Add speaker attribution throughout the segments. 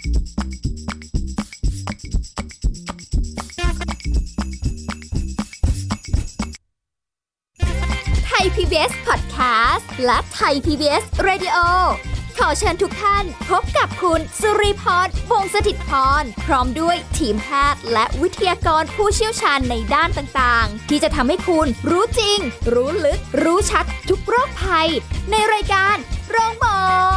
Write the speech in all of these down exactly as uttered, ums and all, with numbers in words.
Speaker 1: ไทย พี บี เอส Podcast และ Thai พี บี เอส Radio ขอเชิญทุกท่านพบกับคุณสุริพร วงศ์สถิตพรพร้อมด้วยทีมแพทย์และวิทยากรผู้เชี่ยวชาญในด้านต่างๆที่จะทำให้คุณรู้จริงรู้ลึกรู้ชัดทุกโรคภัยในรายการโรงหมอ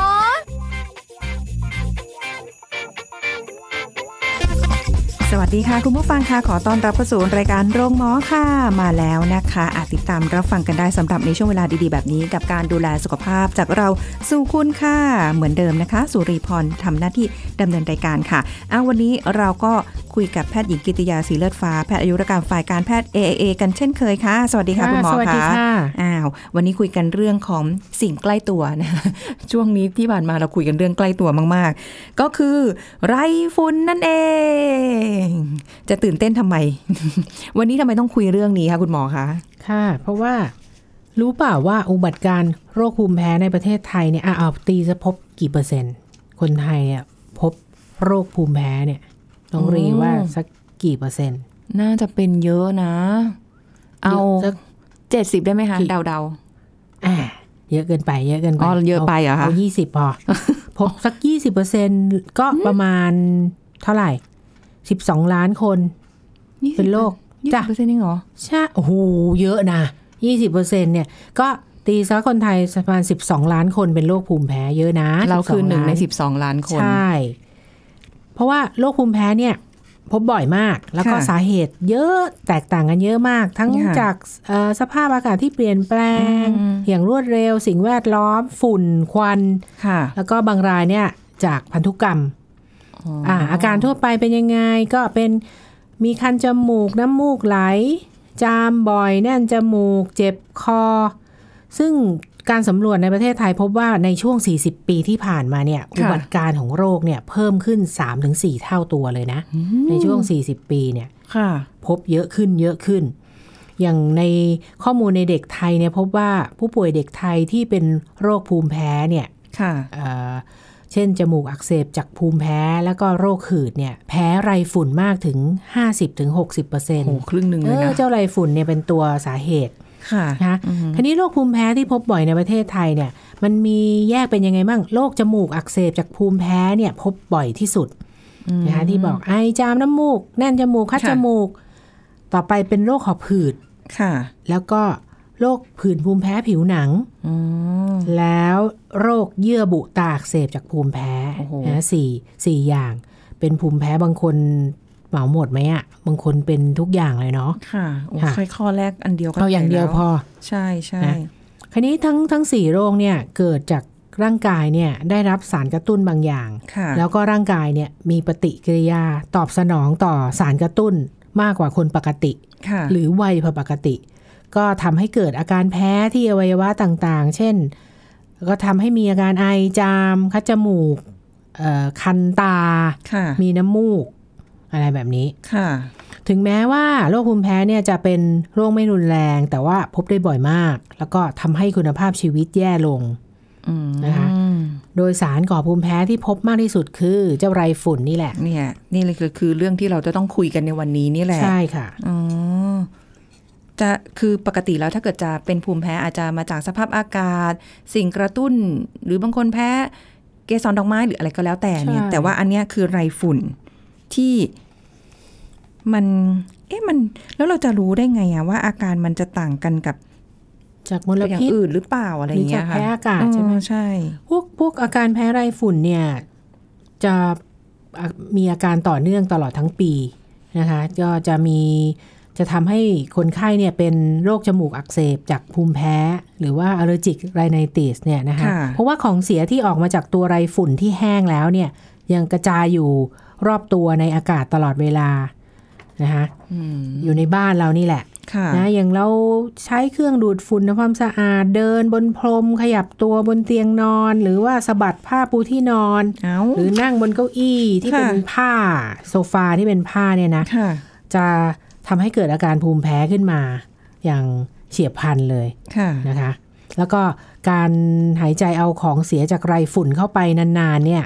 Speaker 2: สวัสดีค่ะคุณผู้ฟังค่ะขอต้อนรับเข้าสู่รายการโรงหมอค่ะมาแล้วนะคะอาจติดตามรับฟังกันได้สำหรับในช่วงเวลาดีๆแบบนี้กับการดูแลสุขภาพจากเราสู่คุณค่ะเหมือนเดิมนะคะสุริพรทำหน้าที่ดำเนินรายการค่ะอ้าววันนี้เราก็คุยกับแพทย์หญิงกิติยาศรีเลิศฟ้าแพทย์อายุรกรรมฝ่ายการแพทย์ เอ เอ เอ กันเช่นเคยค่ะสวัสดีค่ะคุณหมอค่ะสวัสดีค่ะอ้าววันนี้คุยกันเรื่องของสิ่งใกล้ตัวนะช่วงนี้ที่ผ่านมาเราคุยกันเรื่องใกล้ตัวมากๆก็คือไรฝุ่นนั่นเองจะตื่นเต้นทำไม วันนี้ทำไมต้องคุยเรื่องนี้คะคุณหมอคะ
Speaker 3: ค่ะเพราะว่ารู้เปล่าว่าอุบัติการโรคภูมิแพ้ในประเทศไทยเนี่ยเอาตีจะพบกี่เปอร์เซ็นต์คนไทยอ่ะพบโรคภูมิแพ้เนี่ยน้องรีว่าสักกี่เปอร์เซ็นต์
Speaker 2: น่าจะเป็นเยอะนะเอาสักเจ็ดสิบได้ไหมคะเดาเดา
Speaker 3: อ่าเยอะเกินไปเยอะเกินไป
Speaker 2: อ๋อเยอะไปเหรอคะ
Speaker 3: เอายี่สิบพอ พบสักยี่สิบเปอร์เซ็นต์ก็ประมาณเท่าไหร่สิบสองล้านคนเป็นโรค
Speaker 2: จ้ะยี่สิบเปอร์เซ็นต์นี่เหรอ
Speaker 3: ใช่โอ้โหเยอะนะ ยี่สิบเปอร์เซ็นต์ เนี่ยก็ตีซะคนไทยประมาณสิบสองล้านคนเป็นโรคภูมิแพ้เยอะนะ
Speaker 2: เราคือหนึ่งในสิบสองล้านคน
Speaker 3: ใช่เพราะว่าโรคภูมิแพ้เนี่ยพบบ่อยมากแล้วก็สาเหตุเยอะแตกต่างกันเยอะมากทั้งจากสภาพอากาศที่เปลี่ยนแปลงอย่างรวดเร็วสิ่งแวดล้อมฝุ่นควันแล้วก็บางรายเนี่ยจากพันธุกรรมอ่าอาการทั่วไปเป็นยังไงก็เป็นมีคันจมูกน้ำมูกไหลจามบ่อยแน่นจมูกเจ็บคอซึ่งการสำรวจในประเทศไทยพบว่าในช่วงสี่สิบปีที่ผ่านมาเนี่ยอุบัติการของโรคเนี่ยเพิ่มขึ้น สามถึงสี่ เท่าตัวเลยนะในช่วงสี่สิบปีเนี่ยพบเยอะขึ้นเยอะขึ้นอย่างในข้อมูลในเด็กไทยเนี่ยพบว่าผู้ป่วยเด็กไทยที่เป็นโรคภูมิแพ้เนี่ยเช่นจมูกอักเสบจากภูมิแพ้แล้วก็โรคหืดเนี่ยแพ้ไรฝุ่นมากถึง ห้าสิบถึงหกสิบเปอร์เซ็นต์
Speaker 2: โอ้ครึ่งนึงเลยนะ
Speaker 3: เจ้าไรฝุ่นเนี่ยเป็นตัวสาเหตุนะคะคราวนี้โรคภูมิแพ้ที่พบบ่อยในประเทศไทยเนี่ยมันมีแยกเป็นยังไงบ้างโรคจมูกอักเสบจากภูมิแพ้เนี่ยพบบ่อยที่สุดนะคะที่บอกไอจามน้ำมูกแน่นจมูกคัดจมูกต่อไปเป็นโรคหอบหืดแล้วก็โรคผื่นภูมิแพ้ผิวหนังแล้วโรคเยื่อบุตาอักเสบจากภูมิแพ้นะสี่สี่อย่างเป็นภูมิแพ้บางคนเหมาหมดไหมอ่ะบางคนเป็นทุกอย่างเลยเนาะ
Speaker 2: ค่ะโอ้แค่ข้อแรกอันเดียวก็
Speaker 3: เอาอย่างเดียวพอ
Speaker 2: ใช่ใช่
Speaker 3: คราวนี้ทั้งทั้งสี่โรคเนี่ยเกิดจากร่างกายเนี่ยได้รับสารกระตุ้นบางอย่างแล้วก็ร่างกายเนี่ยมีปฏิกิริยาตอบสนองต่อสารกระตุ้นมากกว่าคนปกติหรือไวผิดปกติก็ทำให้เกิดอาการแพ้ที่อวัยวะต่างๆเช่นก็ทำให้มีอาการไอจามคัดจมูกคันตามีน้ำมูกอะไรแบบนี้ถึงแม้ว่าโรคภูมิแพ้เนี่ยจะเป็นโรคไม่รุนแรงแต่ว่าพบได้บ่อยมากแล้วก็ทำให้คุณภาพชีวิตแย่ลงนะคะโดยสารก่อภูมิแพ้ที่พบมากที่สุดคือเจ้าไรฝุ่นนี่แหละ
Speaker 2: เนี่ยนี่เลยคือคือเรื่องที่เราจะต้องคุยกันในวันนี้นี่แหละ
Speaker 3: ใช่ค่ะ
Speaker 2: อ๋อจะคือปกติแล้วถ้าเกิดจะเป็นภูมิแพ้อาจจะมาจากสภาพอากาศสิ่งกระตุ้นหรือบางคนแพ้เกสรดอกไม้หรืออะไรก็แล้วแต่เนี่ยแต่ว่าอันเนี้ยคือไรฝุ่นที่มันเอ๊ะมันแล้วเราจะรู้ได้ไงอะว่าอาการมันจะต่างกันกับ
Speaker 3: จากมลพิษ
Speaker 2: อย่างอื่นหรือเปล่าอะไรอย่างเงี้ยค่ะ
Speaker 3: หรือจากแพ้อากาศใช่ไหม
Speaker 2: ใช่
Speaker 3: พวกพวกอาการแพ้ไรฝุ่นเนี่ยจะมีอาการต่อเนื่องตลอดทั้งปีนะคะก็จะมีจะทำให้คนไข้เนี่ยเป็นโรคจมูกอักเสบจากภูมิแพ้หรือว่า allergic rhinitis เนี่ยนะคะเพราะว่าของเสียที่ออกมาจากตัวไรฝุ่นที่แห้งแล้วเนี่ยยังกระจายอยู่รอบตัวในอากาศตลอดเวลานะคะอยู่ในบ้านเรานี่แหละนะอย่างเราใช้เครื่องดูดฝุ่นทำความสะอาดเดินบนพรมขยับตัวบนเตียงนอนหรือว่าสะบัดผ้าปูที่นอนหรือนั่งบนเก้าอี้ที่เป็นผ้าโซฟาที่เป็นผ้าเนี่ยนะจะทำให้เกิดอาการภูมิแพ้ขึ้นมาอย่างเฉียบพลันเลยนะคะ แล้วก็การหายใจเอาของเสียจากไรฝุ่นเข้าไปนานๆเนี่ย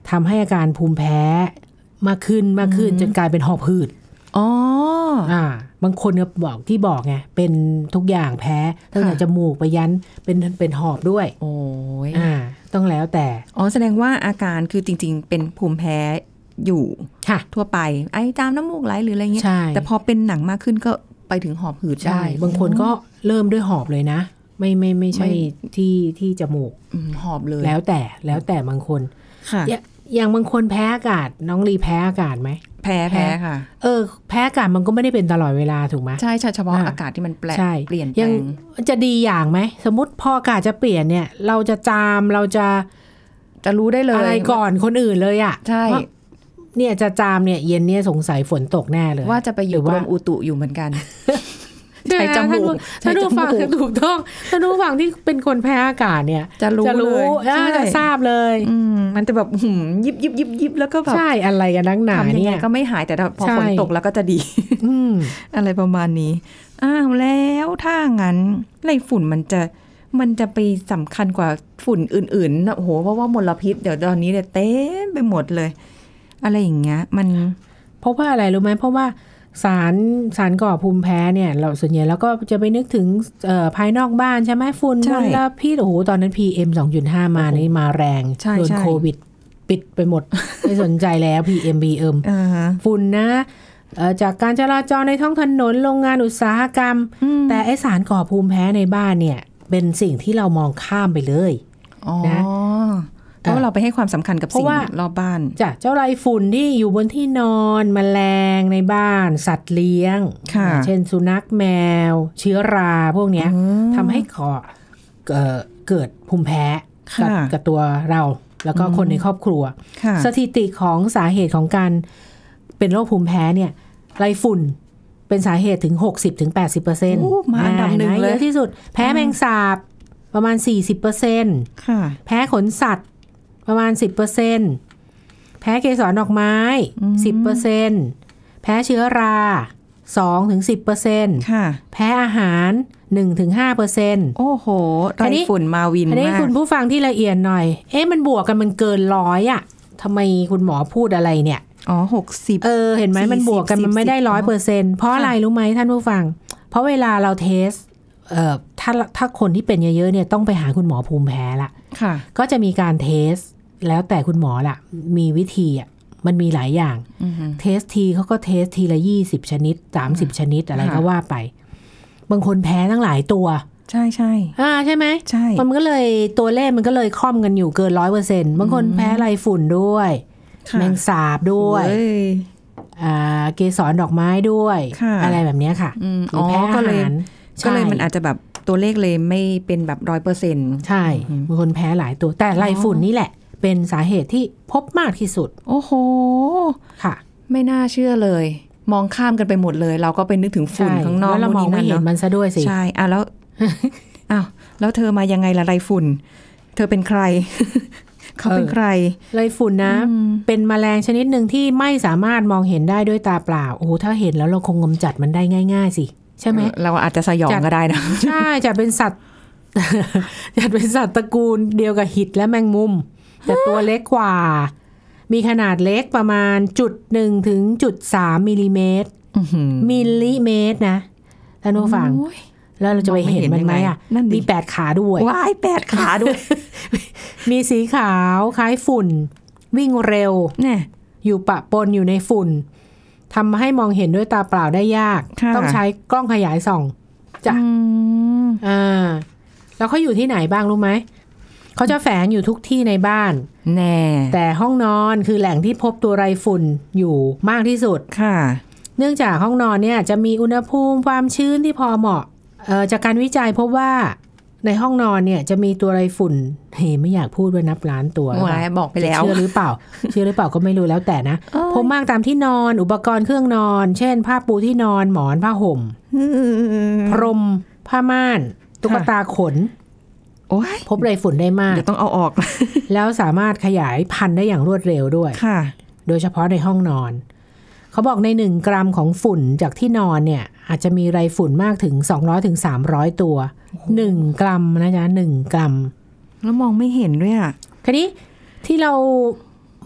Speaker 3: ทำให้อาการภูมิแพ้มากขึ้นมากขึ้นจนกลายเป็นหอบหืด
Speaker 2: อ๋อ
Speaker 3: อ่าบางคนก็บอกที่บอกไงเป็นทุกอย่างแพ้ตั้งแต่จมูกไปยันเป็นเป็นหอบด้วย
Speaker 2: โอ้ย
Speaker 3: อ่าต้องแล้วแต่
Speaker 2: อ๋อแสดงว่าอาการคือจริงๆเป็นภูมิแพ้อยู่ทั่วไปไอตามน้ำมูกไหลหรืออะไรเงี้ยแต่พอเป็นหนักมากขึ้นก็ไปถึงหอบหืดได้
Speaker 3: บางคนก็เริ่มด้วยหอบเลยนะไม่ไม่ไม่ใช่ที่ที่จมูก
Speaker 2: หอบเลย
Speaker 3: แล้วแต่แล้วแต่บางคน
Speaker 2: ค่ะ
Speaker 3: อย่างบางคนแพ้อากาศน้องลีแพ้อากาศไหม
Speaker 2: แพ้แพ้ค่ะ
Speaker 3: เออแพ้อากาศมันก็ไม่ได้เป็นตลอดเวลาถูกไหม
Speaker 2: ใช่ใช่เฉพาะอากาศที่มันแปลเปลี่ยนแปลง
Speaker 3: จะดีอย่างไหมสมมติพออากาศจะเปลี่ยนเนี่ยเราจะจามเราจะ
Speaker 2: จะรู้ได้เลย
Speaker 3: อะไรก่อนคนอื่นเลยอ่ะ
Speaker 2: ใช่
Speaker 3: เนี่ยจะจามเนี่ยเย็นเนี่ยสงสัยฝนตกแน่เลย
Speaker 2: ว่าจะไปอยู่กรมอุตุอยู่เหมือนกัน
Speaker 3: ใช่จมูกถ้าดูฟังถูกต้องถ้าดูฟังที่เป็นคนแพ้อากาศเนี่ย
Speaker 2: จะรู้เลย
Speaker 3: จะทราบเลย
Speaker 2: มันจะแบบยิบยิบยิบยิบแล้วก็แบบ
Speaker 3: ใช่อะไรกันนักหนาเนี่ย
Speaker 2: ก็ไม่หายแต่พอฝนตกแล้วก็จะดีอะไรประมาณนี้อ้าวแล้วถ้างั้นไรฝุ่นมันจะมันจะไปสำคัญกว่าฝุ่นอื่นๆนะโอ้โหเพราะว่ามลพิษเดี๋ยวตอนนี้เนี่ยเต็มไปหมดเลยอะไรอย่างเงี้ยมัน
Speaker 3: เพราะว่าอะไรรู้ไหมเพราะว่าสารสารก่อภูมิแพ้เนี่ยเราส่วนใหญ่แล้วก็จะไปนึกถึงภายนอกบ้านใช่ไหมฝุ่นมลพิษโอ้โหตอนนั้น พี เอ็ม สองจุดห้า มานี่มาแรงโดนโควิดปิดไปหมด ไม่สนใจแล้ว พี เอ็ม พี เอ็ม ฝุ่นนะจากการจราจรในท้องถนนโรงงานอุตสาหกรรมแต่ไอสารก่อภูมิแพ้ในบ้านเนี่ยเป็นสิ่งที่เรามองข้ามไปเลยนะ
Speaker 2: เพราะเราไปให้ความสำคัญกับสิ่งรอบบ้าน
Speaker 3: จ้ะเจ้าไรฝุ่นที่อยู่บนที่นอนแมลงในบ้านสัตว์เลี้ยงเช่นสุนัขแมวเชื้อราพวกนี้ทำให้ก่อเกิดภูมิแพ้กับตัวเราแล้วก็คนในครอบครัวสถิติของสาเหตุของการเป็นโรคภูมิแพ้เนี่ยไรฝุ่นเป็นสาเหตุถึง หกสิบถึงแปดสิบเปอร์เซ็นต์
Speaker 2: มาอันดับหนึ่งเลย
Speaker 3: เยอะที่สุดแพ้แมงสาบประมาณ สี่สิบเปอร์เซ็นต์ แพ้ขนสัตว์ประมาณ สิบเปอร์เซ็นต์ แพ้เกสรดอกไม้ สิบเปอร์เซ็นต์ แพ้เชื้อรา สองถึงสิบเปอร์เซ็นต์ แพ้อาหาร หนึ่งถึงห้าเปอร์เซ็นต์
Speaker 2: โอ้โหไรฝุ่นมาวินมากอัน
Speaker 3: นี้คุณผู้ฟังที่ละเอียดหน่อยเอ๊ะมันบวกกันมันเกินร้อยอ่ะทำไมคุณหมอพูดอะไรเนี่ย
Speaker 2: อ๋อหกสิบ
Speaker 3: เออเห็นไหมมันบวกกันมันไม่ได้ร้อยเปอร์เซ็นต์เพราะอะไรรู้ไหมท่านผู้ฟังเพราะเวลาเราเทสเอ่อถ้าถ้าคนที่เป็นเยอะๆเนี่ยต้องไปหาคุณหมอภูมิแพ้ละ
Speaker 2: ค่ะ
Speaker 3: ก็จะมีการเทสแล้วแต่คุณหมอล่ะมีวิธีอ่ะมันมีหลายอย่างเทสทีเขาก็เทสทีละยี่สิบชนิดสามสิบชนิดอะไรก็ว่าไปบางคนแพ้ตั้งหลายตัว
Speaker 2: ใช่ใช่
Speaker 3: อ่าใช่ไหม
Speaker 2: ใช่
Speaker 3: มันก็เลยตัวเลขมันก็เลยค่อมกันอยู่เกินร้อยเปอร์เซ็นต์บางคนแพ้ไรฝุ่นด้วยแมงสาบด้วยอ่าเกสรดอกไม้ด้วยอะไรแบบนี้ค่ะ
Speaker 2: หรือแพ้อาหารก็เลยมันอาจจะแบบตัวเลขเลยไม่เป็นแบบร้อยเปอร์เซ็นต์
Speaker 3: ใช่บางคนแพ้หลายตัวแต่ไรฝุ่นนี่แหละเป็นสาเหตุที่พบมากที่สุด
Speaker 2: โอ้โห
Speaker 3: ค่ะ
Speaker 2: ไม่น่าเชื่อเลยมองข้ามกันไปหมดเลยเราก็ไปนึกถึงฝุ่นข้างนอก
Speaker 3: แล้วเรามองไม่เห็นมันซะด้วยสิ
Speaker 2: ใช่อ่ะแล้วอ้าวแล้วเธอมายังไงล่ะไรฝุ่นเธอเป็นใคร เขาเป็นใคร
Speaker 3: ไรฝุ่นนะเป็นแมลงชนิดหนึ่งที่ไม่สามารถมองเห็นได้ด้วยตาเปล่าโอ้ถ้าเห็นแล้วเราคงกำจัดมันได้ง่ายๆสิใช่ไหม
Speaker 2: เราอาจจะสยองก็ได้นะ
Speaker 3: ใช่จะเป็นสัตว์จะเป็นสัตว์ตระกูลเดียวกับหิดและแมงมุมแต่ตัวเล็กกว่ามีขนาดเล็กประมาณจุดหนึ่งถึงจุดสามมิลลิเมตรมิลลิเมตรนะท่านผู้ฟังแล้วเราจะไปเห็นมันไหมอ่ะมีแปดขาด้วย
Speaker 2: ว้ายแปดขาด้วย
Speaker 3: มีสีขาวคล้ายฝุ่นวิ่งเร็วเนี่ยอยู่ปะปนอยู่ในฝุ่นทำให้มองเห็นด้วยตาเปล่าได้ยากต้องใช้กล้องขยายส่องจ้ะอ่าแล้วเขาอยู่ที่ไหนบ้างรู้ไหมเขาจะแฝงอยู่ทุกที่ในบ้าน
Speaker 2: แน่
Speaker 3: แต่ห้องนอนคือแหล่งที่พบตัวไรฝุ่นอยู่มากที่สุด
Speaker 2: ค่ะ
Speaker 3: เนื่องจากห้องนอนเนี่ยจะมีอุณหภูมิความชื้นที่พอเหมาะเอ่อจากการวิจัยพบว่าในห้องนอนเนี่ยจะมีตัวไรฝุ่นเฮ้ไม่อยากพูดว่านับล้านตัว
Speaker 2: บอกไปแล้ว
Speaker 3: เชื่อหรือเปล่าเชื่อหรือเปล่าก็ไม่รู้แล้วแต่นะพบมากตามที่นอนอุปกรณ์เครื่องนอนเช่นผ้าปูที่นอนหมอนผ้าห่มพรมผ้าม่านตุ๊กตาขนพบไรฝุ่นได้มาก
Speaker 2: เดี๋ยวต้องเอาออก
Speaker 3: แล้วสามารถขยายพันธุ์ได้อย่างรวดเร็วด้วยโดยเฉพาะในห้องนอนเขาบอกในหนึ่งกรัมของฝุ่นจากที่นอนเนี่ยอาจจะมีไรฝุ่นมากถึงสองร้อยถึงสามร้อยตัวหนึ่งกรัมนะจ๊ะหนึ่งกรัม
Speaker 2: แล้วมองไม่เห็นด้วยอ่ะ
Speaker 3: คราวนี้ที่เรา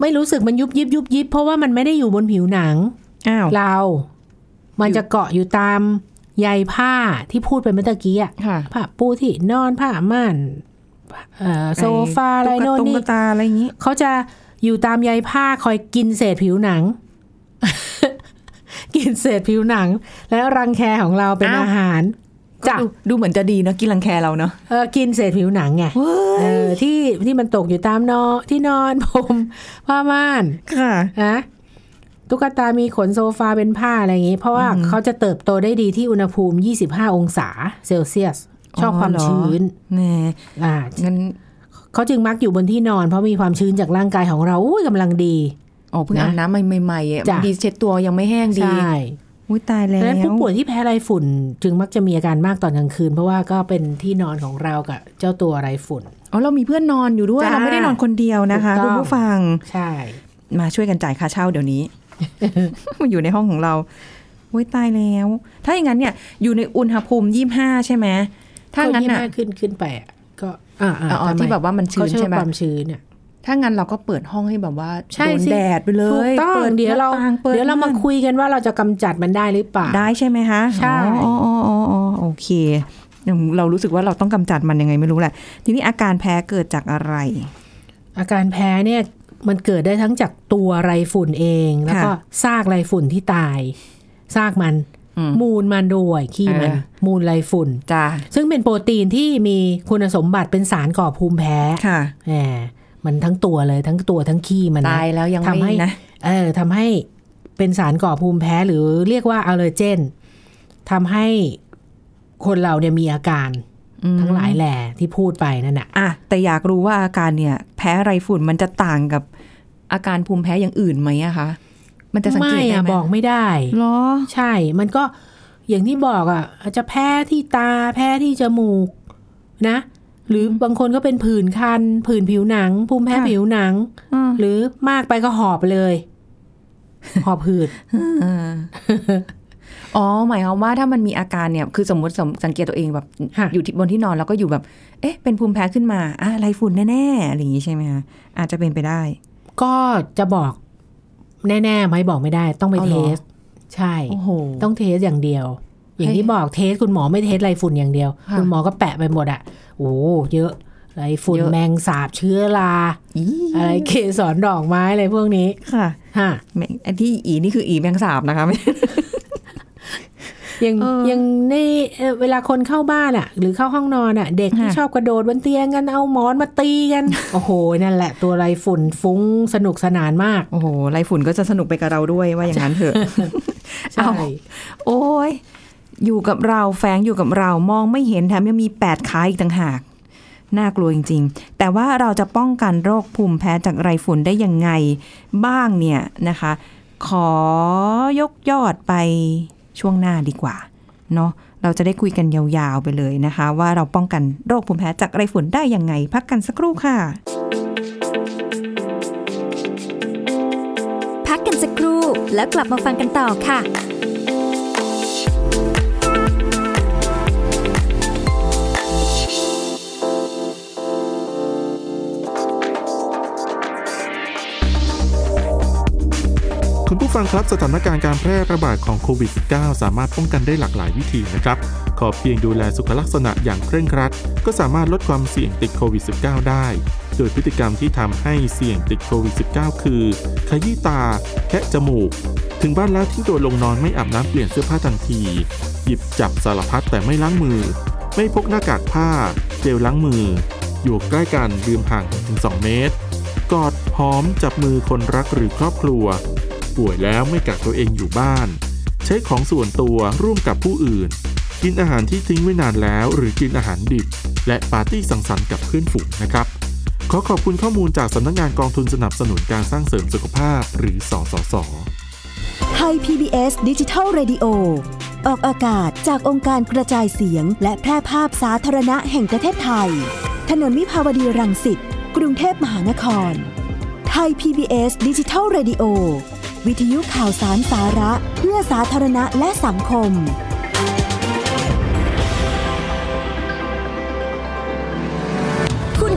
Speaker 3: ไม่รู้สึกมันยุบยิบยุบยิบเพราะว่ามันไม่ได้อยู่บนผิวหนัง
Speaker 2: อ้าว
Speaker 3: เรา มันจะเกาะอยู่ตามใยผ้าที่พูดไปเมื่อตะกี้อ่ะผ้าปูที่นอนผ้าม่านโซฟาอะไรโน่นนี่
Speaker 2: ตุ๊กตาอะไรอย่างนี้
Speaker 3: เขาจะอยู่ตามใยผ้าคอยกินเศษผิวหนัง กินเศษผิวหนังแล้วรังแคของเราเป็นอาหาร
Speaker 2: จะดูเหมือนจะดีเนาะกินรังแคเราเนาะ
Speaker 3: เออกินเศษผิวหนังไงเออที่ที่มันตกอยู่ตามนอนที่นอนผมผ้าม่าน
Speaker 2: ค่ะ
Speaker 3: นะตุ๊กตามีขนโซฟาเป็นผ้าอะไรอย่างงี้เพราะว่าเขาจะเติบโตได้ดีที่อุณหภูมิยี่สิบห้าองศาเซลเซียสชอบความชื้น
Speaker 2: แน่
Speaker 3: อ่างั้นเขาจึงมักอยู่บนที่นอนเพราะมีความชื้นจากร่างกายของเราอุ้ยกำลังดี
Speaker 2: อ๋อเพิ่งอาบน้ำใหม่ๆอ่ะบางทีเช็ดตัวยังไม่แห้งดี
Speaker 3: ใช่
Speaker 2: อุ้ยตายแล้ว
Speaker 3: เพราะฉะนั้นผู้ป่วยที่แพ้ไรฝุ่นจึงมักจะมีอาการมากตอนกลางคืนเพราะว่าก็เป็นที่นอนของเรากับเจ้าตัวไรฝุ่น
Speaker 2: อ๋อเรามีเพื่อนนอนอยู่ด้วยเราไม่ได้นอนคนเดียวนะคะคุณผู้ฟัง
Speaker 3: ใช่
Speaker 2: มาช่วยกันจ่ายค่าเช่าเดี๋ยวนี้ มาอยู่ในห้องของเราอุ้ยตายแล้วถ้าอย่างนั้นเนี่ยอยู่ในอุณหภูมิยี่สิบห้าใช่ไหมถ้างั้นน่ะ
Speaker 3: ขึ้นขึ้นไปก็
Speaker 2: อ่าๆที่แบบว่ามันชื้นใช่ไหม
Speaker 3: ความชื้นเนี่ย
Speaker 2: ถ้างั้นเราก็เปิดห้องให้แบบว่าโดนแดดไปเลย
Speaker 3: เปิดเดี๋ยวเราเดี๋ยวเรามาคุยกันว่าเราจะกำจัดมันได้หรือเปล่า
Speaker 2: ได้ใช่ไหมคะ
Speaker 3: ใช่
Speaker 2: อ๋ออ๋ออ๋อโอเคเรารู้สึกว่าเราต้องกำจัดมันยังไงไม่รู้แหละทีนี้อาการแพ้เกิดจากอะไร
Speaker 3: อาการแพ้เนี่ยมันเกิดได้ทั้งจากตัวไรฝุ่นเองแล้วก็ซากไรฝุ่นที่ตายซากมันมูลมันด้วยขี้มันมูลไรฝุ่น
Speaker 2: จ้า
Speaker 3: ซึ่งเป็นโปรตีนที่มีคุณสมบัติเป็นสารก่อภูมิแพ้
Speaker 2: ค่ะ
Speaker 3: แหมมันทั้งตัวเลยทั้งตัวทั้งขี้มัน
Speaker 2: ตายแล้วยังไม่นะ
Speaker 3: เออทำให้เป็นสารก่อภูมิแพ้หรือเรียกว่าอัลเลอร์เจนทำให้คนเราเนี่ยมีอาการทั้งหลายแหล่ที่พูดไปนั่นน่ะ
Speaker 2: อ่ะแต่อยากรู้ว่าอาการเนี่ยแพ้ไรฝุ่นมันจะต่างกับอาการภูมิแพ้อย่างอื่นไหมอะคะมันจะสังเกตได้ไหม
Speaker 3: บอกไม่ได้
Speaker 2: หรอ
Speaker 3: ใช่มันก็อย่างที่บอกอ่ะอาจจะแพ้ที่ตาแพ้ที่จมูกนะหรือบางคนก็เป็นผื่นคันผื่นผิวหนังภูมิแพ้ผิวหนังหรือมากไปก็หอบเลยหอบหืด
Speaker 2: อ๋อหมายความว่าถ้ามันมีอาการเนี่ยคือสมมติสังเกตตัวเองแบบอยู่บนที่นอนแล้วก็อยู่แบบเอ๊ะเป็นภูมิแพ้ขึ้นมาอ่ะไรฝุ่นแน่ๆอะไรอย่างงี้ใช่ไหมคะอาจจะเป็นไปได้
Speaker 3: ก็จะบอกแน่ๆไหมบอกไม่ได้ต้องไปเทสใช่ต้องเทสอย่างเดียวอย่างที่บอกเทสคุณหมอไม่เทสไรฝุ่นอย่างเดียวคุณหมอก็แปะไปหมดอ่ะโอ้เยอะไรฝุ่นแมงสาบเชื้อราอะไรเกสรดอกไม้อะไรพวกนี้
Speaker 2: ค่ะ
Speaker 3: ฮะ
Speaker 2: ไอ้ที่อีนี่คืออีแมงสาบนะคะ
Speaker 3: ยังยังในเวลาคนเข้าบ้านอ่ะหรือเข้าห้องนอนอ่ะเด็กที่ชอบกระโดดบนเตียงกันเอาหมอนมาตีกันโอ้โหนั่นแหละตัวไรฝุ่นฟุ้งสนุกสนานมาก
Speaker 2: โอ้โหไรฝุ่นก็จะสนุกไปกับเราด้วยว่าอย่างนั้นเถอะ
Speaker 3: ใช่
Speaker 2: โอ้ยอยู่กับเราแฝงอยู่กับเรามองไม่เห็นแถมยังมีแปดขาอีกต่างหากน่ากลัวจริงๆแต่ว่าเราจะป้องกันโรคภูมิแพ้จากไรฝุ่นได้ยังไงบ้างเนี่ยนะคะขอยกยอดไปช่วงหน้าดีกว่าเนาะเราจะได้คุยกันยาวๆไปเลยนะคะว่าเราป้องกันโรคภูมิแพ้จากไรฝุ่นได้ยังไงพักกันสักครู่ค่ะ
Speaker 1: พักกันสักครู่แล้วกลับมาฟังกันต่อค่ะ
Speaker 4: คุณผู้ฟังครับสถานการณ์การแพร่ระบาดของโควิด สิบเก้า สามารถป้องกันได้หลากหลายวิธีนะครับขอเพียงดูแลสุขลักษณะอย่างเคร่งครัดก็สามารถลดความเสี่ยงติดโควิด สิบเก้า ได้โดยพฤติกรรมที่ทำให้เสี่ยงติดโควิด สิบเก้า คือขยี้ตาแคะจมูกถึงบ้านแล้วที่โดดลงนอนไม่อาบน้ำเปลี่ยนเสื้อผ้าทันทีหยิบจับสารพัดแต่ไม่ล้างมือไม่พกหน้ากากผ้าเจลล้างมืออยู่ใกล้กันยืมห่างถึงสองเมตรกอดหอมจับมือคนรักหรือครอบครัวป่วยแล้วไม่กักตัวเองอยู่บ้านใช้ของส่วนตัวร่วมกับผู้อื่นกินอาหารที่ทิ้งไว้นานแล้วหรือกินอาหารดิบและปาร์ตี้สังสรรค์กับเพื่อนฝูงนะครับขอขอบคุณข้อมูลจากสำนักงานกองทุนสนับสนุนการสร้างเสริมสุขภาพหรือสสส.
Speaker 5: ไทย พี บี เอส Digital Radio ออกอากาศจากองค์การกระจายเสียงและแพร่ภาพสาธารณะแห่งประเทศไทยถนนวิภาวดีรังสิตกรุงเทพมหานครไทย พี บี เอส Digital Radioวิทยุข่าวสารสาระเพื่อสาธารณะและสังคม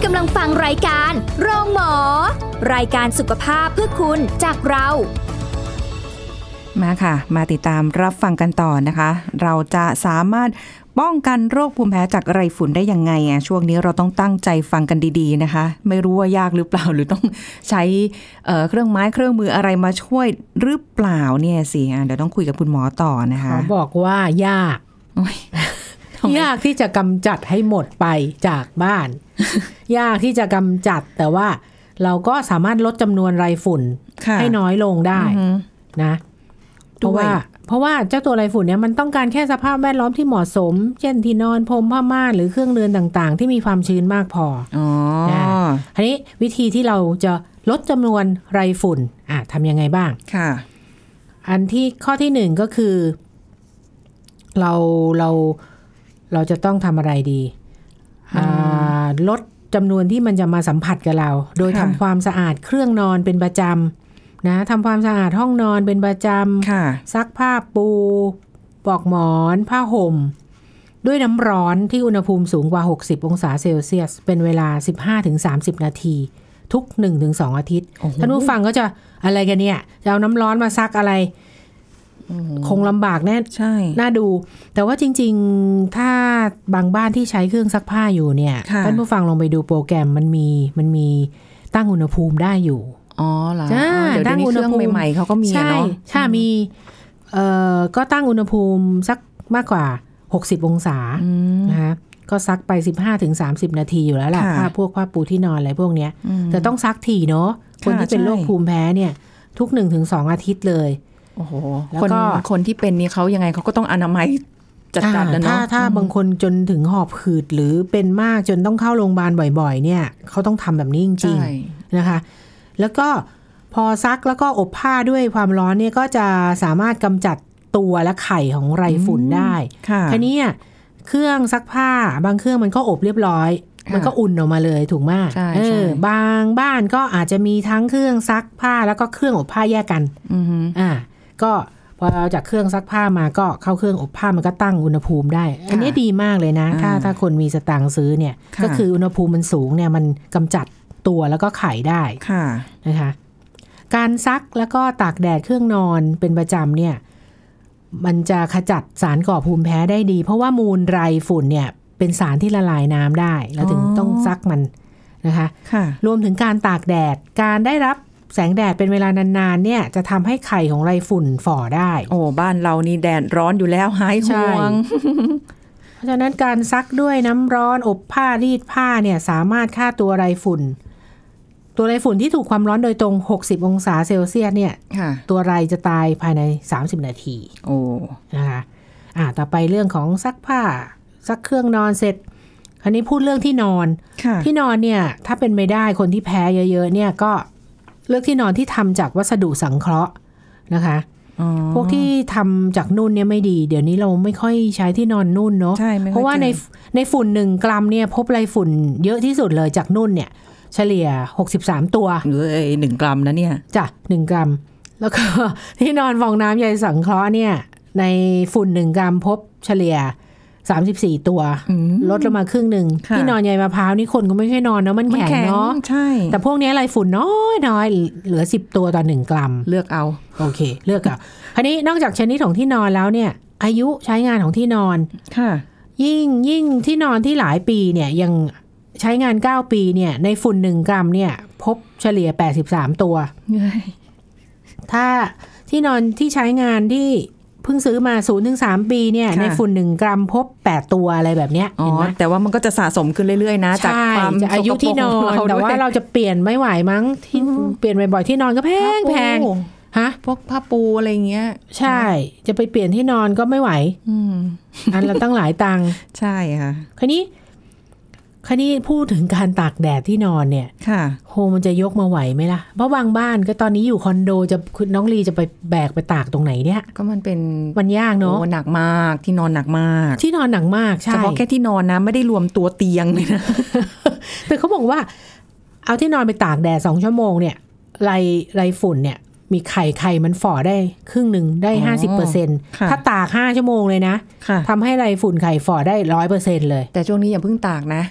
Speaker 1: กำลังฟังรายการโรงหมอรายการสุขภาพเพื่อคุณจากเรา
Speaker 2: มาค่ะมาติดตามรับฟังกันต่อนะคะเราจะสามารถป้องกันโรคภูมิแพ้จากไรฝุ่นได้ยังไงอ่ะช่วงนี้เราต้องตั้งใจฟังกันดีๆนะคะไม่รู้ว่ายากหรือเปล่าหรือต้องใช้เอ่อเครื่องไม้เครื่องมืออะไรมาช่วยหรือเปล่าเนี่ยสิเดี๋ยวต้องคุยกับคุณหมอต่อนะคะ
Speaker 3: เขาบอกว่ายากยากที่จะกำจัดให้หมดไปจากบ้าน ยากที่จะกำจัดแต่ว่าเราก็สามารถลดจำนวนไรฝุ่นให้น้อยลงได้นะเพราะว่าเพราะว่าเจ้าตัวไรฝุ่นเนี่ยมันต้องการแค่สภาพแวดล้อมที่เหมาะสมเช่นที่นอนพรมผ้าม่านหรือเครื่องเรือนต่างๆที่มีความชื้นมากพออ๋ออันนี้วิธีที่เราจะลดจำนวนไรฝุ่นอ่ะทำยังไงบ้างค่ะอันที่ข้อที่หนึ่งก็คือเราเราเราจะต้องทำอะไรดีลดจำนวนที่มันจะมาสัมผัสกับเราโดยทำความสะอาดเครื่องนอนเป็นประจำนะทำความสะอาดห้องนอนเป็นประจำซักผ้าปูปลอกหมอนผ้าห่มด้วยน้ำร้อนที่อุณหภูมิสูงกว่าหกสิบองศาเซลเซียสเป็นเวลา สิบห้าถึงสามสิบ นาทีทุก หนึ่งถึงสอง อาทิตย์ท่านผู้ฟังก็จะอะไรกันเนี่ยจะเอาน้ำร้อนมาซักอะไรคงลำบากแน่ใช่น่าดูแต่ว่าจริงๆถ้าบางบ้านที่ใช้เครื่องซักผ้าอยู่เนี่ยท่านผู้ฟังลองไปดูโปรแกรมมันมีมันมีตั้งอุณหภูมิได้อยู่อ๋อเหรอเดี๋ยวนี้เครื่องใหม่ๆเขาก็มีเนาะใช่ใช่มีเอ่อก็ตั้งอุณหภูมิสักมากกว่าหกสิบองศานะคะก็ซักไป สิบห้าถึงสามสิบ นาทีอยู่แล้วล่ะผ้าพวกผ้าปูที่นอนอะไรพวกเนี้ยแต่ต้องซักถี่เนาะคนที่เป็นโรคภูมิแพ้เนี่ยทุก หนึ่งถึงสอง อาทิตย์เลยโอ้โหคนคนที่เป็นนี่เขายังไงเขาก็ต้องอนามัยจัดการแล้วเนาะถ้าถ้าบางคนจนถึงหอบหืดหรือเป็นมากจนต้องเข้าโรงพยาบาลบ่อยๆเนี่ยเขาต้องทำแบบนี้จริงๆนะคะแล้วก็พอซักแล้วก็อบผ้าด้วยความร้อนเนี่ยก็จะสามารถกำจัดตัวและไข่ของไรฝุ่นได้ทีนี้เครื่องซักผ้าบางเครื่องมันก็อบเรียบร้อยมันก็อุ่นออกมาเลยถูกไหมเออบางบ้านก็อาจจะมีทั้งเครื่องซักผ้าแล้วก็เครื่องอบผ้าแยกกันอ่าก็พอเอาจากเครื่องซักผ้ามาก็เข้าเครื่องอบผ้ามันก็ตั้งอุณหภูมิได้อันนี้ดีมากเลยนะถ้าถ้าคนมีสตางค์ซื้อเนี่ยก็คืออุณหภูมิมันสูงเนี่ยมันกำจัดตัวแล้วก็ไข่ได้นะคะการซักแล้วก็ตากแดดเครื่องนอนเป็นประจำเนี่ยมันจะขจัดสารก่อภูมิแพ้ได้ดีเพราะว่ามูลไรฝุ่นเนี่ยเป็นสารที่ละลายน้ำได้แล้วถึงต้องซักมันนะคะรวมถึงการตากแดดการได้รับแสงแดดเป็นเวลานานๆเนี่ยจะทำให้ไข่ของไรฝุ่นฝ่อได้โอ้บ้านเรานี่แดดร้อนอยู่แล้วหายห่วง เพราะฉะนั้นการซักด้วยน้ำร้อนอบผ้ารีดผ้าเนี่ยสามารถฆ่าตัวไรฝุ่นตัวไรฝุ่นที่ถูกความร้อนโดยตรงหกสิบองศาเซลเซียสเนี่ยตัวไรจะตายภายในสามสิบนาทีโอ้นะคะอ่าต่อไปเรื่องของซักผ้าซักเครื่องนอนเสร็จคราวนี้พูดเรื่องที่นอนที่นอนเนี่ยถ้าเป็นไม่ได้คนที่แพ้เยอะๆเนี่ยก็เลือกที่นอนที่ทำจากวัสดุสังเคราะห์นะคะพวกที่ทำจากนุ่นเนี่ยไม่ดีเดี๋ยวนี้เราไม่ค่อยใช้ที่นอนนุ่นเนาะเพราะว่าในในฝุ่นหนึ่งกรัมเนี่ยพบไรฝุ่นเยอะที่สุดเลยจากนุ่นเนี่ยเฉลี่ยหกสิบสามตัวเลยหนึ่งกรัมนะเนี่ยจ้ะหนึ่งกรัมแล้วก็ที่นอนฟองน้ำใยสังเคราะห์เนี่ยในฝุ่นหนึ่งกรัมพบเฉลี่ยสามสิบสี่ตัวลดลงมาครึ่งหนึ่งที่นอนใยมะพร้าวนี่คนก็ไม่ใช่นอนเนาะมันแข็งเนาะใช่แต่พวกนี้ไรฝุ่นน้อยน้อยเหลือสิบตัวต่อหนึ่งกรัมเลือกเอาโอเคเลือกเอาคราวนี้นอกจากชนิดของที่นอนแล้วเนี่ยอายุใช้งานของที่นอนค่ะยิ่งยิ่งที่นอนที่หลายปีเนี่ยยังใช้งานเก้าปีเนี่ยในฝุ่นหนึ่งกรัมเนี่ยพบเฉลี่ยแปดสิบสามตัวถ้าที่นอนที่ใช้งานที่เพิ่งซื้อมา ศูนย์ถึงสาม ปีเนี่ยในฝุ่นหนึ่งกรัมพบแปดตัวอะไรแบบเนี้ยเห็นไหมแต่ว่ามันก็จะสะสมขึ้นเรื่อยๆนะจากความอายุที่นอนแต่ว่าเราจะเปลี่ยนไม่ไหวมั้งที่เปลี่ยนบ่อยๆที่นอนก็แพงแพงฮะพวกผ้าปูอะไรเงี้ยใช่จะไปเปลี่ยนที่นอนก็ไม่ไหวอันเราตั้งหลายตังค์ใช่ค่ะคราวนี้คราวนี้พูดถึงการตากแดดที่นอนเนี่ยค่ะโหมันจะยกมาไหวไหมล่ะเพราะบางบ้านก็ตอนนี้อยู่คอนโดจะคุณน้องลีจะไปแบกไปตากตรงไหนเนี่ยก็มันเป็นมันยากเนาะหนักมากที่นอนหนักมากที่นอนหนักมากใช่เฉพาะแค่ที่นอนนะไม่ได้รวมตัวเตียงเลยนะ แต่เขาบอกว่าเอาที่นอนไปตากแดดสองชั่วโมงเนี่ยไรไรฝุ่นเนี่ยมีไข่ไข่มันฝ่อได้ครึ่งหนึ่งได้ ห้าสิบเปอร์เซ็นต์ ถ้าตากห้าชั่วโมงเลยนะทำให้ไรฝุ่นไข่ฝ่อได้ ร้อยเปอร์เซ็นต์ เลยแต่ช่วงนี้อย่าเพิ่งตากนะ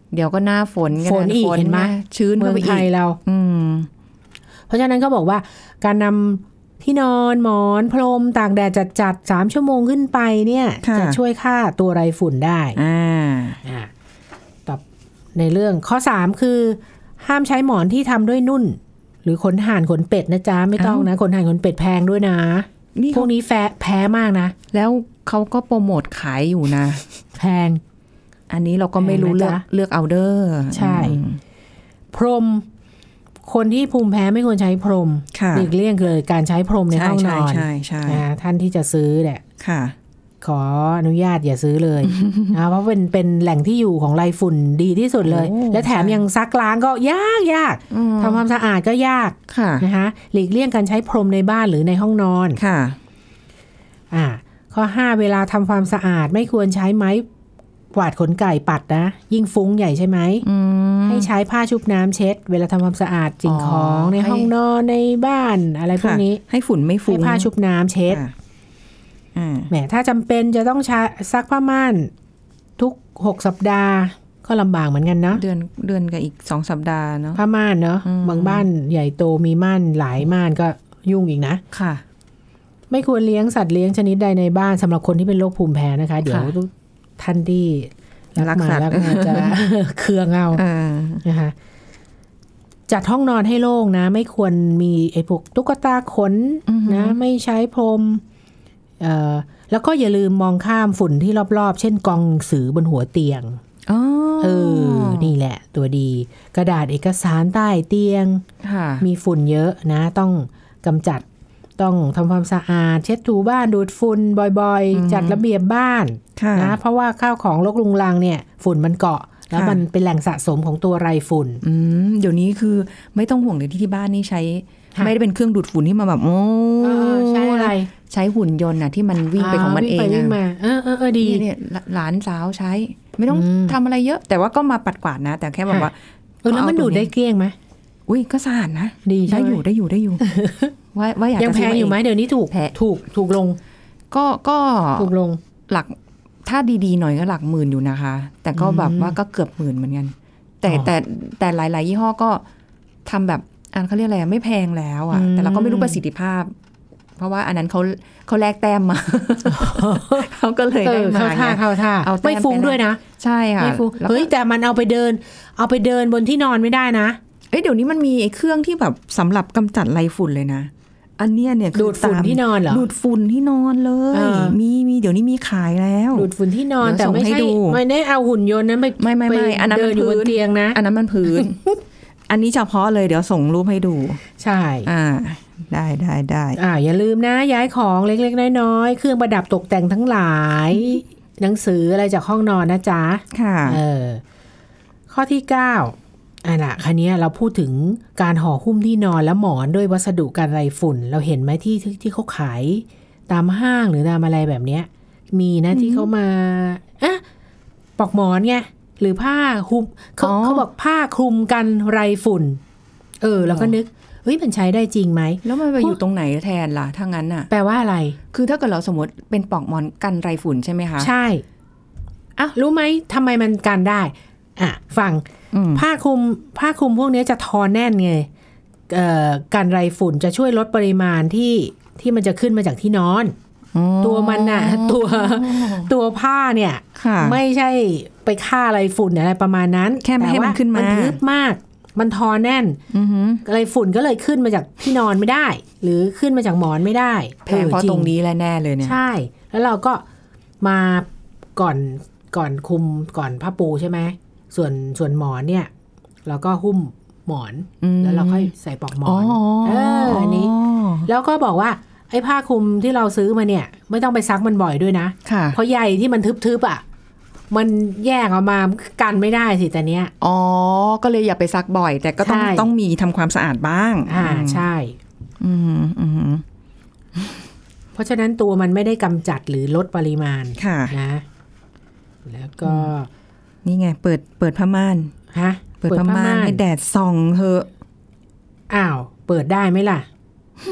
Speaker 2: เดี๋ยวก็หน้าฝน
Speaker 3: ฝนอีกเห็นไหม
Speaker 2: ชื้น
Speaker 3: เมื
Speaker 2: เข้า
Speaker 3: อง
Speaker 2: ไป
Speaker 3: ไท
Speaker 2: อี
Speaker 3: ย
Speaker 2: ก
Speaker 3: เรา
Speaker 2: อืม
Speaker 3: เพราะฉะนั้นเขาบอกว่าการนำที่นอนหมอนพรมตากแดดจัดๆสามชั่วโมงขึ้นไปเนี่ยจะช่วยฆ่าตัวไรฝุ่นได้อ่าอ่าต่อในเรื่องข้อสามคือห้ามใช้หมอนที่ทำด้วยนุ่นหรือขนห่านขนเป็ดนะจ๊ะไม่ต้องนะขนห่านขนเป็ดแพงด้วยนะพวกนี้แพ้แพ้มากนะ
Speaker 2: แล้วเขาก็โปรโมทขายอยู่นะ
Speaker 3: แพง
Speaker 2: อันนี้เราก็ไม่รู้เลือกเลือกเอาเด้อ
Speaker 3: ใช่พรมคนที่ภูมิแพ้ไม่ควรใช้พรมหลีกเลี่ยงเลยการใช้พรมในห้องนอนนะท่านที่จะซื้อเนี่ยขออนุญาตอย่าซื้อเลยนะเพราะเป็นเป็นแหล่งที่อยู่ของไรฝุ่นดีที่สุดเลยและแถมยังซักล้างก็ยากยากทำความสะอาดก็ยากนะคะหลีกเลี่ยงการใช้พรมในบ้านหรือในห้องนอนค่ะอ่าข้อห้าเวลาทำความสะอาดไม่ควรใช้ไม้กวาดขนไก่ปัดนะยิ่งฟุ้งใหญ่ใช่ไหมให้ใช้ผ้าชุบน้ำเช็ดเวลาทำความสะอาดสิ่งของในห้องนอนในบ้านอะไรพวกนี้
Speaker 2: ให้ฝุ่นไม่ฟุ้ง
Speaker 3: ให้ผ้าชุบน้ำเช็ดแหมถ้าจำเป็นจะต้องซักผ้าม่านทุกหกสัปดาห์ก็ลำบากเหมือนกันเนาะ
Speaker 2: เดือนเดือนกับอีกสองสัปดาห์เนาะ
Speaker 3: ผ้าม่านเนาะบางบ้านใหญ่โตมีม่านหลายม่านก็ยุ่งอีกนะ
Speaker 2: ค่ะ
Speaker 3: ไม่ควรเลี้ยงสัตว์เลี้ยงชนิดใดในบ้านสำหรับคนที่เป็นโรคภูมิแพ้นะคะเดี๋ยวท่านที่รักมาแล้วจะเคืองเอานะคะจัดห้องนอนให้โล่งนะไม่ควรมีไอ้พวกตุ๊กตาขนนะไม่ใช้พรมเอ่อแล้วก็อย่าลืมมองข้ามฝุ่นที่รอบๆเช่นกองหนังสือบนหัวเตียงเออนี่แหละตัวดีกระดาษเอกสารใต้เตียงมีฝุ่นเยอะนะต้องกำจัดต้องทำความสะอาดเช็ดถูบ้านดูดฝุ่นบ่อยๆจัดระเบียบบ้านนะเพราะว่าข้าวของรกรุงรังเนี่ยฝุ่นมันเกาะแล้วมันเป็นแหล่งสะสมของตัวไรฝุ่น
Speaker 2: เดี๋ยวนี้คือไม่ต้องห่วงเลยที่ที่บ้านนี่ใช้ไม่ได้เป็นเครื่องดูดฝุ่นที่มาแบบโอ้
Speaker 3: ใช่อะไร
Speaker 2: ใช้หุ่นยนต์น่ะที่มันวิ่งไปของมันเอง
Speaker 3: วิ่งมาเออเออเออดี
Speaker 2: เนี่ยหลานสาวใช้ไม่ต้องทำอะไรเยอะแต่ว่าก็มาปัดกวาดนะแต่แค่แบบว่า
Speaker 3: เออแล้วมันดูดได้เกลี้ยงไหม
Speaker 2: อุ้ยก็สะอาดนะ
Speaker 3: ดี
Speaker 2: ได้อยู่ได้อยู่ได้อยู่ว่าว่าอยากจะ
Speaker 3: ยังแพงอยู่ไหมเดี๋ยวนี้ถูกถูกถูกลง
Speaker 2: ก็ก็
Speaker 3: ถูกลง
Speaker 2: หลักถ้าดีๆหน่อยก็หลักหมื่นอยู่นะคะแต่ก็แบบว่าก็เกือบหมื่นเหมือนกันแต่แต่แต่หลายๆยี่ห้อก็ทำแบบอันเขาเรียกอะไรไม่แพงแล้วอ่ะแต่เราก็ไม่รู้ประสิทธิภาพเพราะว่าอันนั้นเขาเขาแลกแต้มมาเขาก็เลยได้มา
Speaker 3: เข้าท่าเข้าท่าไม่ฟุ้งด้วยนะ
Speaker 2: ใช่ค่ะ
Speaker 3: เฮ้ยแต่มันเอาไปเดินเอาไปเดินบนที่นอนไม่ได้นะ
Speaker 2: เอ้ยเดี๋ยวนี้มันมีไอ้เครื่องที่แบบสำหรับกำจัดไรฝุ่นเลยนะอันเนี้ยเนี่ย
Speaker 3: ดูดฝุ่นที่นอนเหรอ
Speaker 2: ดูดฝุ่นที่นอนเลยมีมีเดี๋ยวนี้มีขายแล้ว
Speaker 3: ดูดฝุ่นที่นอนแต่ไม่ใช่ไม่ได้เอาหุ่นยนต์นั้นไป
Speaker 2: ไม่ไม่ไม่อันนั้นมัน
Speaker 3: พื้นเตียงนะ
Speaker 2: อันนั้นมันพื้นอันนี้เฉพาะเลยเดี๋ยวส่งรูปให้ดู
Speaker 3: ใช่
Speaker 2: อ่าได้ได้ได้
Speaker 3: อ่าอย่าลืมนะย้ายของเล็กๆน้อยๆเครื่องประดับตกแต่งทั้งหลายหนังสืออะไรจากห้องนอนนะจ๊ะ
Speaker 2: ค่ะ
Speaker 3: เออข้อที่เก้าอ่ะล่ะคันนี้เราพูดถึงการห่อหุ้มที่นอนและหมอนด้วยวัสดุกันไรฝุ่นเราเห็นไหมที่ที่เขาขายตามห้างหรือตามอะไรแบบเนี้ยมีนะที่เขามาอ่ะปลอกหมอนไงหรือผ้าคลุมเขาเขาบอกผ้าคลุมกันไรฝุ่นเออแล้วก็นึกเฮ้ยมันใช้ได้จริงไหม
Speaker 2: แล้วมันไปอยู่ตรงไหนแทนล่ะถ้างั้นน่ะ
Speaker 3: แปลว่าอะไร
Speaker 2: คือถ้าเกิดเราสมมติเป็นปลอกหมอนกันไรฝุ่นใช่ไหมคะ
Speaker 3: ใช่อ่ะรู้ไหมทำไมมันกันได้อ่ะฟังผ้าคลุมผ้าคลุมพวกนี้จะทอแน่นไงเอ่อกันไรฝุ่นจะช่วยลดปริมาณที่ที่มันจะขึ้นมาจากที่นอนตัวมันน่ะตัวตัวผ้าเนี่ยไม่ใช่ไปฆ่าไรฝุ่นอะไรประมาณนั้น
Speaker 2: แค่ไม่ให้มันขึ้นมา
Speaker 3: มันทึบมากมันทอแน่นไรฝุ่นก็เลยขึ้นมาจากที่นอนไม่ได้หรือขึ้นมาจากหมอนไม่ได้
Speaker 2: แพ้เพราะตรงนี้แหละแน่เลยเนี่ย
Speaker 3: ใช่แล้วเราก็มาก่อนก่อนคุมก่อนผ้าปูใช่ไหมส่วนส่วนหมอนเนี่ยเราก็หุ้มหมอนแล้วเราค่อยใส่ปลอกหมอนเอออันนี้แล้วก็บอกว่าไอ้ผ้าคลุมที่เราซื้อมาเนี่ยไม่ต้องไปซักมันบ่อยด้วยนะเพราะใยที่มันทึบๆอ่ะมันแยกออกมากันไม่ได้สิแต่เนี้ย
Speaker 2: อ๋อก็เลยอย่าไปซักบ่อยแต่ก็ต้องต้องมีทำความสะอาดบ้าง
Speaker 3: อ่าใช่
Speaker 2: อืมอืม
Speaker 3: เพราะฉะนั้นตัวมันไม่ได้กำจัดหรือลดปริมาณนะแล้วก็
Speaker 2: นี่ไงเปิดเปิดผ้าม่าน
Speaker 3: ฮะ
Speaker 2: เปิดผ้าม่านให้แดดส่องเถอะ
Speaker 3: อ้าวเปิดได้ไหมล่ะ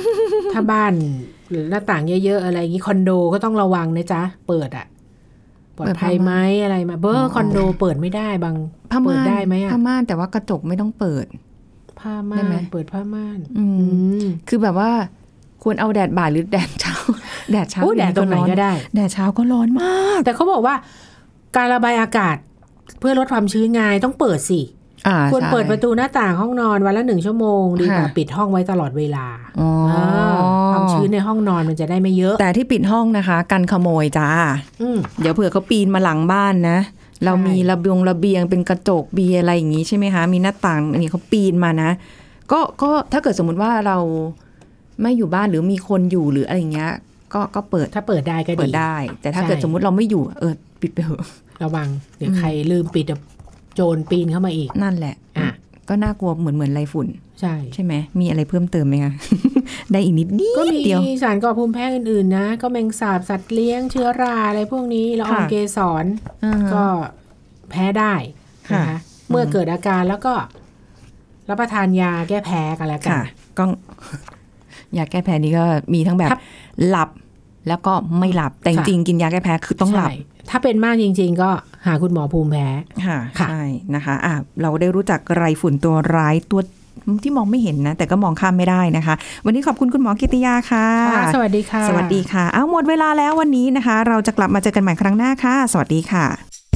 Speaker 3: ถ้าบ้านหรือหน้าต่างเยอะๆอะไรอย่างนี้คอนโดก็ต้องระวังนะจ๊ะเปิดอ่ะปลอดภัยไหมอะไรมาเบอร์คอนโดเปิดไม่ได้บางเปิดได้ไหมอ่ะ
Speaker 2: ผ้าม่านแต่ว่ากระจกไม่ต้องเปิด
Speaker 3: ผ้าม่านเปิดผ้าม่าน
Speaker 2: อืมคือแบบว่าควรเอาแดดบ่ายหรือแดดเช้าแดดเช้า
Speaker 3: แดดตรงไหนก็ได้
Speaker 2: แดดเช้าก็ร้อนมาก
Speaker 3: แต่เขาบอกว่าการระบายอากาศเพื่อลดความชื้นไงต้องเปิดสิควรเปิดประตูหน้าต่างห้องนอนวันละหนึ่งชั่วโมงดีกว่าปิดห้องไว้ตลอดเวลาความชื้นในห้องนอนมันจะได้ไม่เยอะ
Speaker 2: แต่ที่ปิดห้องนะคะกันขโมยจ้าเดี๋ยวเผื่อเขาปีนมาหลังบ้านนะเรามีระเบียงระเบียงเป็นกระจกเบียอะไรอย่างนี้ใช่ไหมคะมีหน้าต่างอันนี้เขาปีนมานะก็ก็ถ้าเกิดสมมุติว่าเราไม่อยู่บ้านหรือมีคนอยู่หรืออะไรเงี้ยก็ก็เปิด
Speaker 3: ถ้าเปิดได้ก็ดี
Speaker 2: เปิดได้แต่ถ้าเกิดสมมุติเราไม่อยู่เออปิดไปเถอะ
Speaker 3: ระวังเดี๋ยวใครลืมปิดโจรปีนเข้ามาอีก
Speaker 2: นั่นแหละอ่ะก็น่ากลัวเหมือนเหมือนไรฝุ่น
Speaker 3: ใช่
Speaker 2: ใช่ไหมมีอะไรเพิ่มเติมไหมคะได้อีกนิดเดียว
Speaker 3: ก็มีสารก่อภูมิแพ้อื่นๆนะก็แมงสาบสัตว์เลี้ยงเชื้อราอะไรพวกนี้ละอองเกสรก็แพ้ได้นะคะเมื่อเกิดอาการแล้วก็รับประทานยาแก้แพ้กันแล้วกัน
Speaker 2: ก็ยาแก้แพ้นี้ก็มีทั้งแบบหลับแล้วก็ไม่หลับแต่จริงๆกินยาแก้แพ้คือต้องหลับ
Speaker 3: ถ้าเป็นมากจริงๆก็หาคุณหมอภูมิแพ้
Speaker 2: ค่ะใช่นะคะอ่ะเราได้รู้จักไรฝุ่นตัวร้ายตัวที่มองไม่เห็นนะแต่ก็มองข้ามไม่ได้นะคะวันนี้ขอบคุณคุณหมอกิติยาค่ะ
Speaker 3: สวัสดีค่ะ
Speaker 2: สวัสดีค่ะเอาหมดเวลาแล้ววันนี้นะคะเราจะกลับมาเจอกันใหม่ครั้งหน้าค่ะสวัสดีค่ะ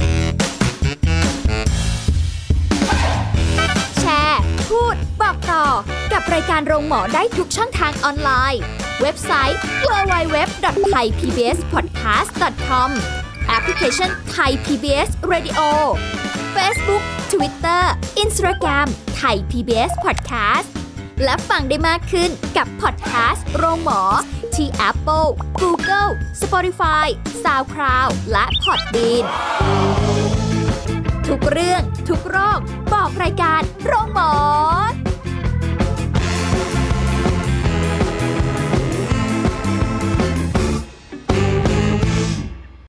Speaker 1: แชร์พูดบอกต่อกับรายการโรงหมอได้ทุกช่องทางออนไลน์เว็บไซต์ ดับเบิลยู ดับเบิลยู ดับเบิลยู ดอท ไทย พี บี เอส พอดแคสต์ ดอท คอม แอปพลิเคชัน Thai พี บี เอส Radio Facebook Twitter Instagram Thai พี บี เอส Podcast และฟังได้มากขึ้นกับพอดแคสต์โรงหมอที่ Apple, Google, Spotify, SoundCloud และ Podbean ทุกเรื่องทุกโรคบอกรายการโรงหมอ